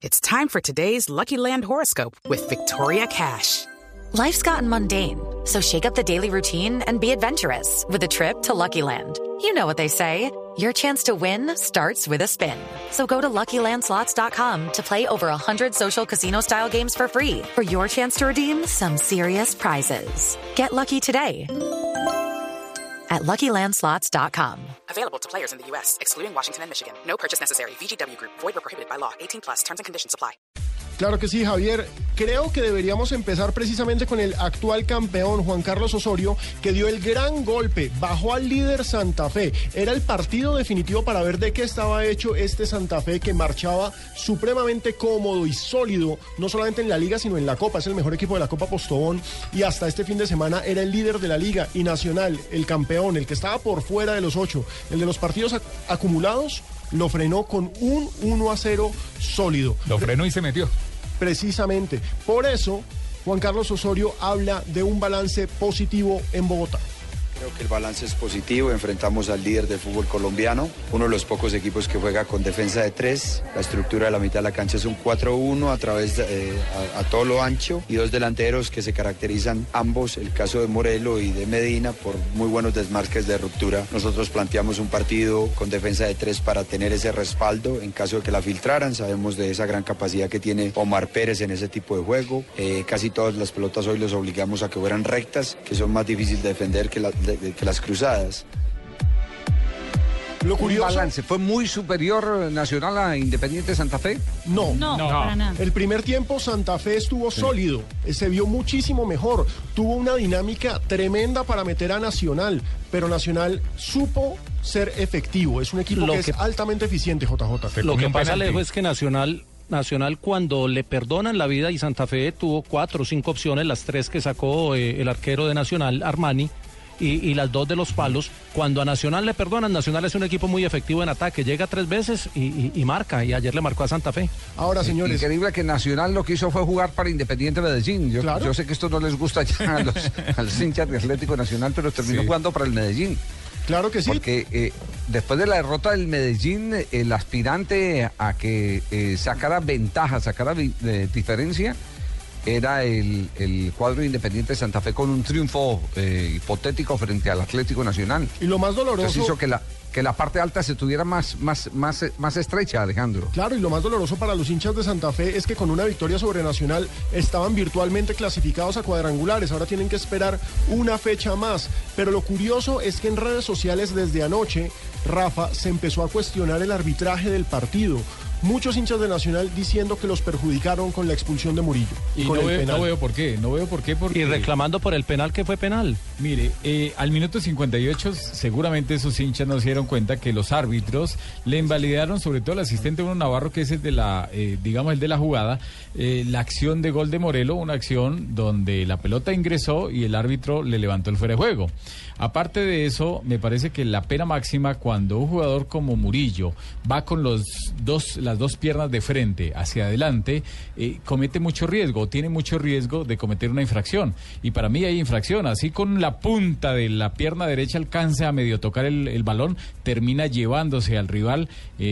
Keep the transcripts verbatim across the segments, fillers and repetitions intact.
It's time for today's Lucky Land horoscope with Victoria Cash. Life's gotten mundane, so shake up the daily routine and be adventurous with a trip to Lucky Land. You know what they say, your chance to win starts with a spin. So go to Lucky Land Slots dot com to play over one hundred social casino-style games for free for your chance to redeem some serious prizes. Get lucky today at Lucky Land Slots dot com. Available to players in the U S, excluding Washington and Michigan. No purchase necessary. V G W Group. Void or prohibited by law. eighteen plus. Terms and conditions apply. Claro que sí, Javier. Creo que deberíamos empezar precisamente con el actual campeón, Juan Carlos Osorio, que dio el gran golpe, bajó al líder Santa Fe. Era el partido definitivo para ver de qué estaba hecho este Santa Fe, que marchaba supremamente cómodo y sólido, no solamente en la Liga, sino en la Copa. Es el mejor equipo de la Copa Postobón y hasta este fin de semana era el líder de la Liga. Y Nacional, el campeón, el que estaba por fuera de los ocho, el de los partidos ac- acumulados, lo frenó con un uno a cero sólido. Lo frenó y se metió. Precisamente. Por eso, Juan Carlos Osorio habla de un balance positivo en Bogotá. Creo que el balance es positivo, enfrentamos al líder del fútbol colombiano, uno de los pocos equipos que juega con defensa de tres, la estructura de la mitad de la cancha es un cuatro uno a través de, eh, a, a todo lo ancho y dos delanteros que se caracterizan ambos, el caso de Morelo y de Medina, por muy buenos desmarques de ruptura. Nosotros planteamos un partido con defensa de tres para tener ese respaldo en caso de que la filtraran, sabemos de esa gran capacidad que tiene Omar Pérez en ese tipo de juego, eh, casi todas las pelotas hoy los obligamos a que fueran rectas, que son más difíciles de defender que la de, de, que las cruzadas. Lo curioso, ¿Un balance fue muy superior Nacional a Independiente Santa Fe? No, No, No. para nada. el primer tiempo Santa Fe estuvo Sí. sólido, se vio muchísimo mejor, tuvo una dinámica tremenda para meter a Nacional, pero Nacional supo ser efectivo, es un equipo Lo que, que- es altamente eficiente, J J. Se Lo comió que un pasa, penalti. Alejo, es que Nacional, Nacional cuando le perdonan la vida y Santa Fe tuvo cuatro o cinco opciones, las tres que sacó eh, el arquero de Nacional, Armani, y, y las dos de los palos. Cuando a Nacional le perdonan, Nacional es un equipo muy efectivo en ataque, llega tres veces y, y- y marca, y ayer le marcó a Santa Fe. Ahora, señores, Increíble que Nacional lo que hizo fue jugar para Independiente Medellín. Yo, Claro. yo sé que esto no les gusta ya a los, a los hinchas de Atlético Nacional, pero terminó Sí. jugando para el Medellín. claro que sí, Porque eh, después de la derrota del Medellín, eh, el aspirante a que eh, sacara ventaja, sacara vi- eh, diferencia, era el, el cuadro Independiente de Santa Fe con un triunfo eh, hipotético frente al Atlético Nacional. y lo más Entonces doloroso... hizo que la, que la parte alta se tuviera más, más, más, más estrecha, Alejandro. Claro, y lo más doloroso para los hinchas de Santa Fe es que con una victoria sobre Nacional estaban virtualmente clasificados a cuadrangulares, ahora tienen que esperar una fecha más. Pero lo curioso es que en redes sociales desde anoche, Rafa, se empezó a cuestionar el arbitraje del partido. Muchos hinchas de Nacional diciendo que los perjudicaron con la expulsión de Murillo. Y con no el veo, penal. no veo por qué, no veo por qué, porque... Y reclamando por el penal que fue penal. Mire, eh, al minuto cincuenta y ocho seguramente esos hinchas no se dieron cuenta que los árbitros le invalidaron, sobre todo el asistente Bruno Navarro, que es el de la, eh, digamos, el de la jugada, eh, la acción de gol de Morelo, una acción donde la pelota ingresó y el árbitro le levantó el fuera de juego. Aparte de eso, me parece que la pena máxima cuando un jugador como Murillo va con los dos, las dos piernas de frente hacia adelante, eh, comete mucho riesgo, tiene mucho riesgo de cometer una infracción. Y para mí hay infracción, así con la punta de la pierna derecha alcanza a medio tocar el, el balón, termina llevándose al rival,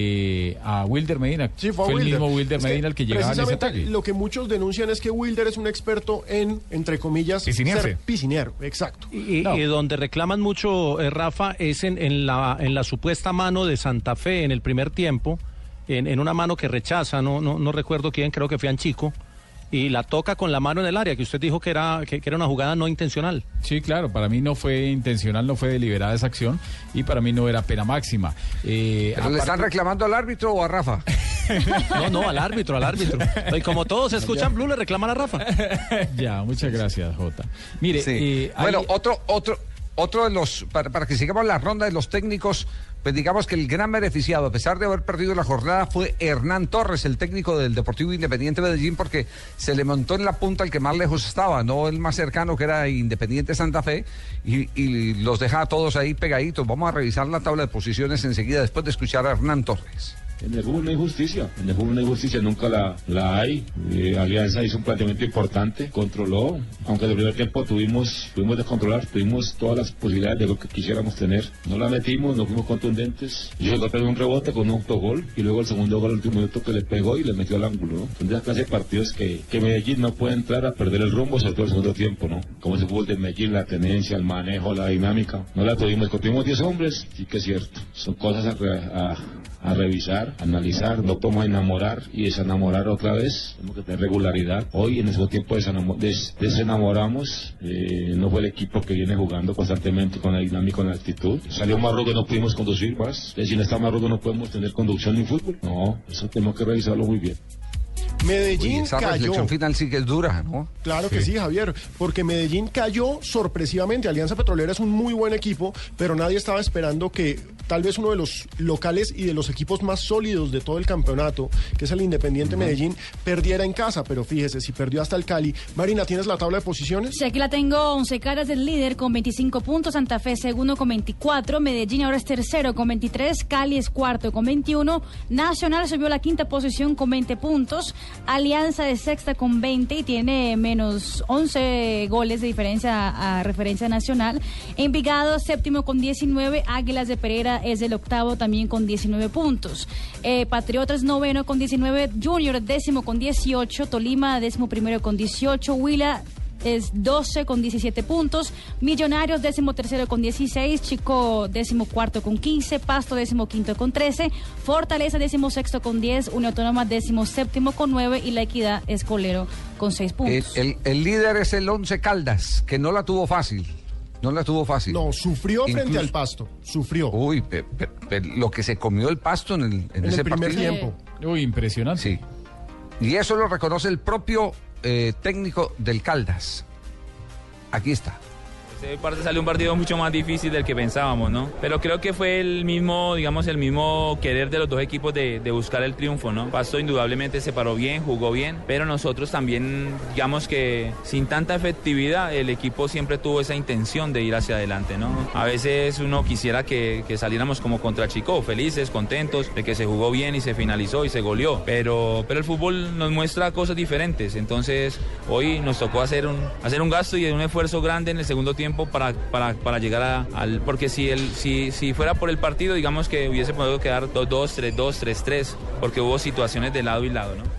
eh, a Wilder Medina. Sí, fue, a el Wilder. mismo Wilder Es que Medina el que llegaba en ese precisamente ataque. lo que muchos denuncian es que Wilder es un experto en, entre comillas, Piscinearse. ser piscinero, exacto. Y, No. y donde reclaman mucho, eh, Rafa, es en, en, la, en la supuesta mano de Santa Fe en el primer tiempo, en, en una mano que rechaza, no, no, no recuerdo quién, creo que fue Anchico, y la toca con la mano en el área, que usted dijo que era, que, que era una jugada no intencional. Sí, claro, para mí no fue intencional, no fue deliberada esa acción y para mí no era pena máxima. Eh, ¿Pero le están aparte- reclamando al árbitro o a Rafa? No, no, al árbitro, al árbitro. Y como todos escuchan Blue, le reclaman a Rafa. Ya, muchas gracias, Jota. Mire, Sí. eh, hay- Bueno, otro, otro, otro de los, para, para que sigamos la ronda de los técnicos, pues digamos que el gran beneficiado, a pesar de haber perdido la jornada, fue Hernán Torres, el técnico del Deportivo Independiente Medellín, porque se le montó en la punta el que más lejos estaba, no el más cercano, que era Independiente Santa Fe, y, y los deja a todos ahí pegaditos. Vamos a revisar la tabla de posiciones enseguida, después de escuchar a Hernán Torres. En el fútbol no hay justicia, en el fútbol no hay justicia, nunca la, la hay. Eh, Alianza hizo un planteamiento importante, controló, aunque en el primer tiempo tuvimos, tuvimos descontrolar, tuvimos todas las posibilidades de lo que quisiéramos tener. No la metimos, no fuimos contundentes. Yo llegó a pegar un rebote con un autogol y luego el segundo gol al último minuto que le pegó y le metió al ángulo, ¿no? Son de las clases de partidos que, que Medellín no puede entrar a perder el rumbo, sobre todo el segundo tiempo, ¿no? Como ese fútbol de Medellín, la tenencia, el manejo, la dinámica, no la tuvimos. Tuvimos diez hombres, sí que es cierto. Son cosas a, a, a revisar, a analizar, no podemos enamorar y desenamorar otra vez, tenemos que tener regularidad. Hoy en ese tiempo des, desenamoramos, eh, no fue el equipo que viene jugando constantemente con la dinámica, con la actitud. Salió Marruecos, no pudimos conducir más, si no está Marruecos no podemos tener conducción ni fútbol. No, eso tenemos que revisarlo muy bien. Medellín Uy, esa cayó. reflexión final sí que es dura, ¿no? Claro que sí. sí, Javier, porque Medellín cayó sorpresivamente. Alianza Petrolera es un muy buen equipo, pero nadie estaba esperando que tal vez uno de los locales y de los equipos más sólidos de todo el campeonato, que es el Independiente uh-huh. Medellín, perdiera en casa. Pero fíjese, si perdió hasta el Cali. Marina, ¿tienes la tabla de posiciones? Sí, aquí la tengo. Once Caldas del líder con veinticinco puntos, Santa Fe segundo con veinticuatro, Medellín ahora es tercero con veintitrés, Cali es cuarto con veintiuno, Nacional subió a la quinta posición con veinte puntos, Alianza de sexta con veinte y tiene menos once goles de diferencia a, a referencia nacional. Envigado séptimo con diecinueve, Águilas de Pereira es el octavo también con diecinueve puntos. Eh, Patriotas noveno con diecinueve, Junior décimo con dieciocho, Tolima décimo primero con dieciocho, Huila es doce con diecisiete puntos, Millonarios décimo tercero con dieciséis, Chico décimo cuarto con quince, Pasto décimo quinto con trece, Fortaleza décimo sexto con diez, Unión Autónoma décimo séptimo con nueve y La Equidad es colero con seis puntos. El, el, el líder es el Once Caldas, que no la tuvo fácil. No la tuvo fácil. No, sufrió Incluso, frente al Pasto. Sufrió. Uy, pe, pe, pe, lo que se comió el Pasto en, el, en, en ese el primer partido. tiempo. Uy, impresionante. Sí. Y eso lo reconoce el propio eh, técnico del Caldas. Aquí está. Ese parte salió un partido mucho más difícil del que pensábamos, ¿no? Pero creo que fue el mismo, digamos, el mismo querer de los dos equipos de, de buscar el triunfo, ¿no? Pasto indudablemente se paró bien, jugó bien, pero nosotros también, digamos que sin tanta efectividad, el equipo siempre tuvo esa intención de ir hacia adelante, ¿no? A veces uno quisiera que, que saliéramos como contra Chico, felices, contentos de que se jugó bien y se finalizó y se goleó, pero, pero el fútbol nos muestra cosas diferentes, entonces hoy nos tocó hacer un, hacer un gasto y un esfuerzo grande en el segundo tiempo para, para, para llegar a, al... Porque si, el, si, si fuera por el partido, digamos que hubiese podido quedar dos dos, tres dos, tres tres, porque hubo situaciones de lado y lado, ¿no?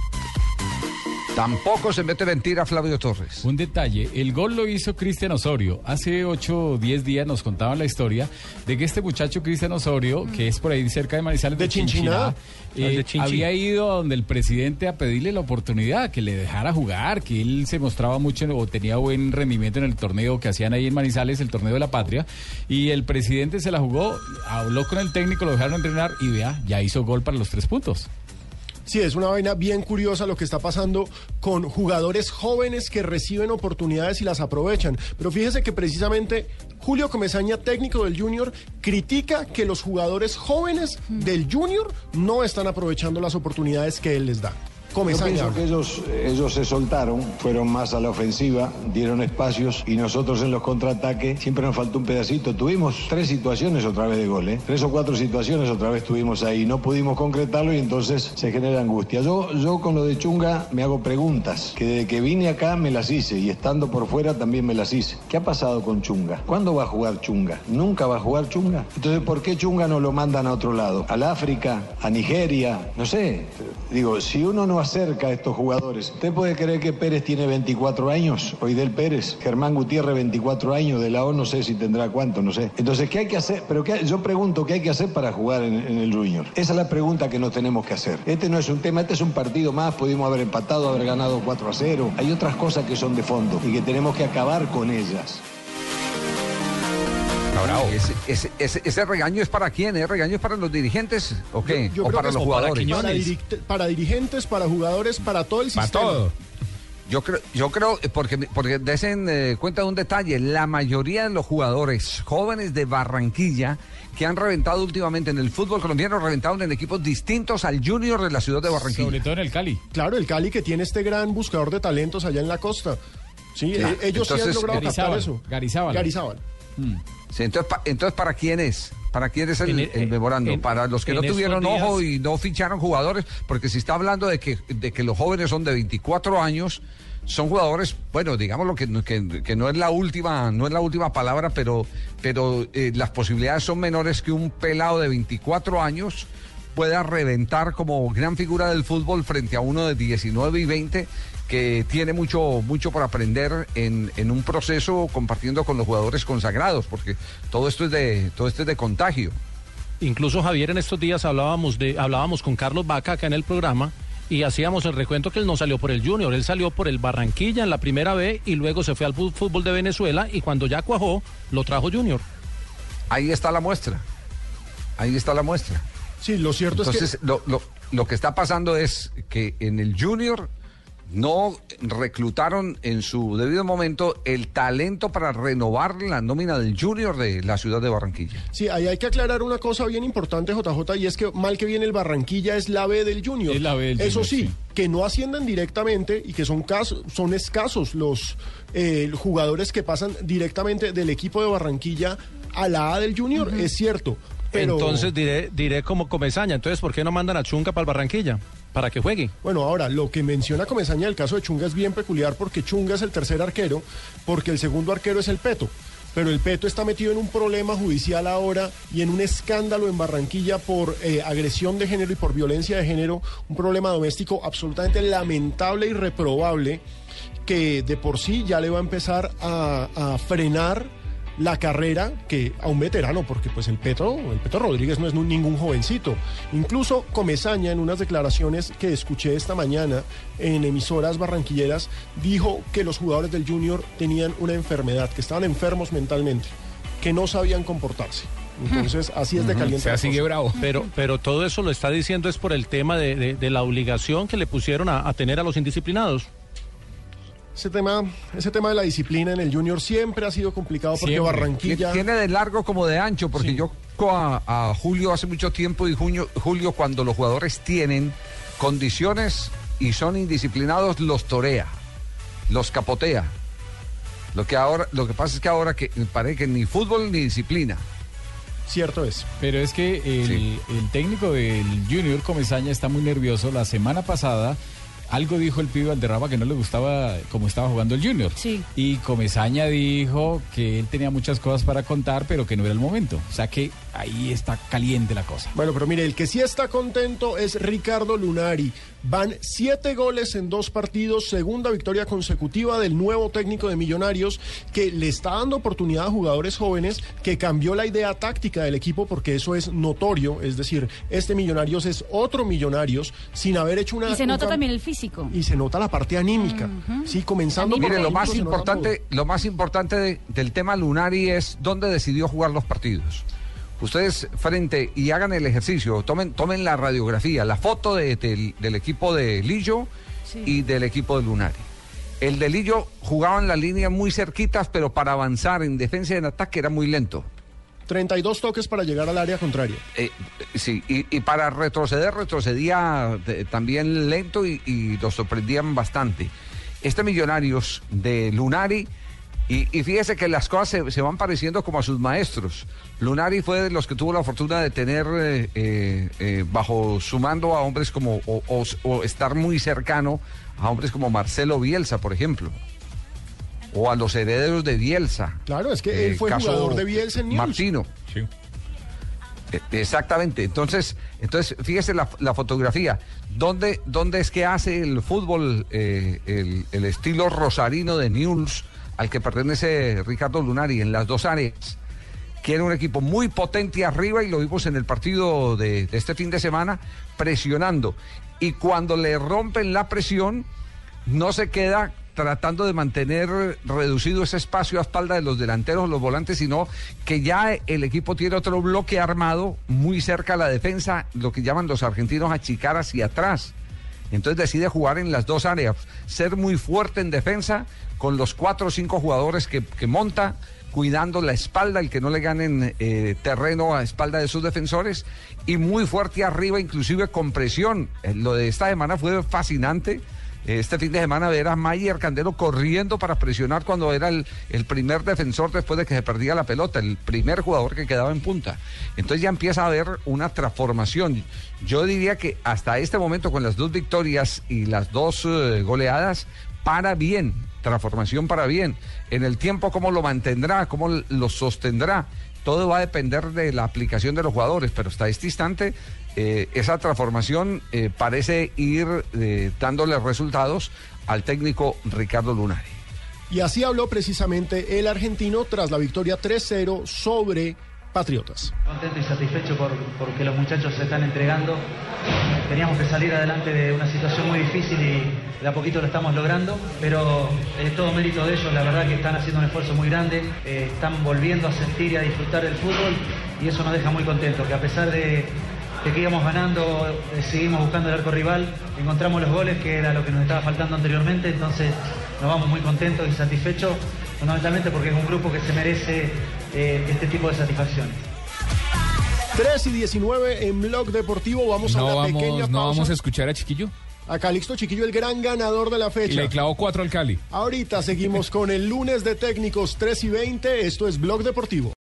Tampoco se mete mentira Flavio Torres. Un detalle, el gol lo hizo Cristian Osorio. Hace ocho o diez días nos contaban la historia de que este muchacho Cristian Osorio, mm. que es por ahí cerca de Manizales, de, de Chinchiná, eh, de Chinchi. había ido a donde el presidente a pedirle la oportunidad, que le dejara jugar, que él se mostraba mucho o tenía buen rendimiento en el torneo que hacían ahí en Manizales, el torneo de la patria, y el presidente se la jugó, habló con el técnico, lo dejaron entrenar y vea, ya hizo gol para los tres puntos. Sí, es una vaina bien curiosa lo que está pasando con jugadores jóvenes que reciben oportunidades y las aprovechan. Pero fíjese que precisamente Julio Comesaña, técnico del Junior, critica que los jugadores jóvenes del Junior no están aprovechando las oportunidades que él les da. Comesaña. Yo pienso que ellos, ellos se soltaron, fueron más a la ofensiva, dieron espacios y nosotros en los contraataques siempre nos faltó un pedacito. Tuvimos tres situaciones otra vez de gol, ¿eh? tres o cuatro situaciones otra vez tuvimos ahí, no pudimos concretarlo y entonces se genera angustia. Yo, yo con lo de Chunga me hago preguntas, que desde que vine acá me las hice y estando por fuera también me las hice. ¿Qué ha pasado con Chunga? ¿Cuándo va a jugar Chunga? ¿Nunca va a jugar Chunga? Entonces, ¿por qué Chunga no lo mandan a otro lado? ¿Al África? ¿A Nigeria? No sé. Digo, si uno no acerca a estos jugadores. ¿Usted puede creer que Pérez tiene veinticuatro años? Oidel Pérez, Germán Gutiérrez veinticuatro años, de la O no sé si tendrá cuánto, no sé. Entonces, ¿qué hay que hacer? Pero qué, yo pregunto, ¿qué hay que hacer para jugar en, en el Junior? Esa es la pregunta que nos tenemos que hacer. Este no es un tema, este es un partido más, pudimos haber empatado, haber ganado cuatro a cero. Hay otras cosas que son de fondo y que tenemos que acabar con ellas. Ese, ese, ese, ese regaño es para quién, ¿eh? ¿Regaño es para los dirigentes o qué? Yo, yo ¿O para los jugadores? Para, diri para dirigentes, para jugadores, para todo el para sistema. Todo. Yo creo, yo creo, porque, porque desen eh, cuenta de un detalle, la mayoría de los jugadores jóvenes de Barranquilla que han reventado últimamente en el fútbol colombiano, reventaron en equipos distintos al Junior de la ciudad de Barranquilla. Sobre todo en el Cali. Claro, el Cali que tiene este gran buscador de talentos allá en la costa. Sí, claro. eh, ellos Entonces, sí han logrado Garizábal, captar eso. Garizábal. Garizábal. Hmm. Sí, entonces, pa, entonces, ¿para quién es? ¿Para quién es el, el, el memorando? En, Para los que no tuvieron días... ojo y no ficharon jugadores, porque si está hablando de que, de que los jóvenes son de veinticuatro años, son jugadores, bueno, digamos lo que, que, que no es la última, no es la última palabra, pero, pero eh, las posibilidades son menores que un pelado de veinticuatro años pueda reventar como gran figura del fútbol frente a uno de diecinueve y veinte que tiene mucho mucho por aprender en, en un proceso compartiendo con los jugadores consagrados, porque todo esto es de todo esto es de contagio. Incluso, Javier, en estos días hablábamos de hablábamos con Carlos Vaca acá en el programa y hacíamos el recuento que él no salió por el Junior, él salió por el Barranquilla en la primera B y luego se fue al fútbol de Venezuela y cuando ya cuajó lo trajo Junior. Ahí está la muestra. Ahí está la muestra. Sí, lo cierto Entonces, es que lo, lo, lo que está pasando es que en el Junior no reclutaron en su debido momento el talento para renovar la nómina del Junior de la ciudad de Barranquilla. Sí, ahí hay que aclarar una cosa bien importante, J J, y es que mal que viene el Barranquilla es la B del Junior. Es la B del Eso Junior, sí, sí, que no ascienden directamente y que son, casos, son escasos los eh, jugadores que pasan directamente del equipo de Barranquilla a la A del Junior, uh-huh. Es cierto. Pero... Entonces diré, diré como Comesaña, entonces ¿por qué no mandan a Chunga para el Barranquilla? Para que juegue. Bueno, ahora, lo que menciona Comesaña, el caso de Chunga es bien peculiar porque Chunga es el tercer arquero, porque el segundo arquero es el Peto. Pero el Peto está metido en un problema judicial ahora y en un escándalo en Barranquilla por eh, agresión de género y por violencia de género, un problema doméstico absolutamente lamentable y reprobable que de por sí ya le va a empezar a, a frenar la carrera que a un veterano, porque pues el Peto, el Peto Rodríguez no es ningún jovencito. Incluso Comesaña, en unas declaraciones que escuché esta mañana en emisoras barranquilleras, dijo que los jugadores del Junior tenían una enfermedad, que estaban enfermos mentalmente, que no sabían comportarse. Entonces, así es de caliente. O sea, sigue bravo. Pero, pero todo eso lo está diciendo es por el tema de, de, de la obligación que le pusieron a, a tener a los indisciplinados. Ese tema, ese tema de la disciplina en el Junior siempre ha sido complicado porque siempre. Barranquilla... Tiene de largo como de ancho, porque sí. yo a, a Julio hace mucho tiempo y Julio, Julio cuando los jugadores tienen condiciones y son indisciplinados, los torea, los capotea. Lo que ahora, lo que pasa es que ahora que parece que ni fútbol ni disciplina. Cierto es. Pero es que el, sí. el técnico del Junior, Comesaña, está muy nervioso. La semana pasada algo dijo el pibe Valderrama que no le gustaba cómo estaba jugando el Junior. Sí. Y Comesaña dijo que él tenía muchas cosas para contar, pero que no era el momento. O sea que ahí está caliente la cosa. Bueno, pero mire, el que sí está contento es Ricardo Lunari. Van siete goles en dos partidos, segunda victoria consecutiva del nuevo técnico de Millonarios, que le está dando oportunidad a jugadores jóvenes, que cambió la idea táctica del equipo, porque eso es notorio. Es decir, este Millonarios es otro Millonarios, sin haber hecho una... Y se nota un... también el físico. Y se nota la parte anímica. Uh-huh. Sí, comenzando... Mire, lo más importante, lo más importante de, del tema Lunari es dónde decidió jugar los partidos. Ustedes frente y hagan el ejercicio, tomen, tomen la radiografía, la foto de, de, del equipo de Lillo sí. y del equipo de Lunari. El de Lillo jugaba en la línea muy cerquitas, pero para avanzar en defensa y en ataque era muy lento. treinta y dos toques para llegar al área contraria. Eh, sí, y, y para retroceder, retrocedía de, también lento y, y los sorprendían bastante. Este Millonarios de Lunari... Y, y fíjese que las cosas se, se van pareciendo como a sus maestros. Lunari fue de los que tuvo la fortuna de tener eh, eh, eh, bajo su mando a hombres como, o, o, o estar muy cercano a hombres como Marcelo Bielsa, por ejemplo. O a los herederos de Bielsa. Claro, es que eh, él fue jugador de Bielsa en News. Martino. Sí. Eh, exactamente. Entonces, entonces fíjese la, la fotografía. ¿Dónde, ¿Dónde es que hace el fútbol eh, el, el estilo rosarino de News, al que pertenece Ricardo Lunari, en las dos áreas? Quiere un equipo muy potente arriba y lo vimos en el partido de, de este fin de semana, presionando. Y cuando le rompen la presión, no se queda tratando de mantener reducido ese espacio a espalda de los delanteros, los volantes, sino que ya el equipo tiene otro bloque armado muy cerca a la defensa, lo que llaman los argentinos achicar hacia atrás. Entonces decide jugar en las dos áreas, ser muy fuerte en defensa, con los cuatro o cinco jugadores que, que monta, cuidando la espalda, el que no le ganen eh, terreno a espalda de sus defensores, y muy fuerte arriba, inclusive con presión. Eh, lo de esta semana fue fascinante. este fin de semana ver a Mayer Candelo corriendo para presionar cuando era el, el primer defensor después de que se perdía la pelota, el primer jugador que quedaba en punta. Entonces ya empieza a haber una transformación. Yo diría que hasta este momento, con las dos victorias y las dos uh, goleadas, para bien, transformación para bien. En el tiempo, ¿cómo lo mantendrá? ¿Cómo lo sostendrá? Todo va a depender de la aplicación de los jugadores, pero hasta este instante eh, esa transformación eh, parece ir eh, dándole resultados al técnico Ricardo Lunari. Y así habló precisamente el argentino tras la victoria tres cero sobre Patriotas. Contento y satisfecho por, porque los muchachos se están entregando. Teníamos que salir adelante de una situación muy difícil y de a poquito lo estamos logrando, pero es todo mérito de ellos. La verdad que están haciendo un esfuerzo muy grande, eh, están volviendo a sentir y a disfrutar del fútbol, y eso nos deja muy contentos, que a pesar de, de que íbamos ganando, eh, seguimos buscando el arco rival, encontramos los goles, que era lo que nos estaba faltando anteriormente. Entonces nos vamos muy contentos y satisfechos, fundamentalmente porque es un grupo que se merece eh, este tipo de satisfacciones. tres y diecinueve en Blog Deportivo. Vamos no a una vamos, pequeña pausa. ¿No vamos a escuchar a Chiquillo? A Calixto Chiquillo, el gran ganador de la fecha. Y le clavó cuatro al Cali. Ahorita seguimos con el lunes de técnicos tres y veinte. Esto es Blog Deportivo.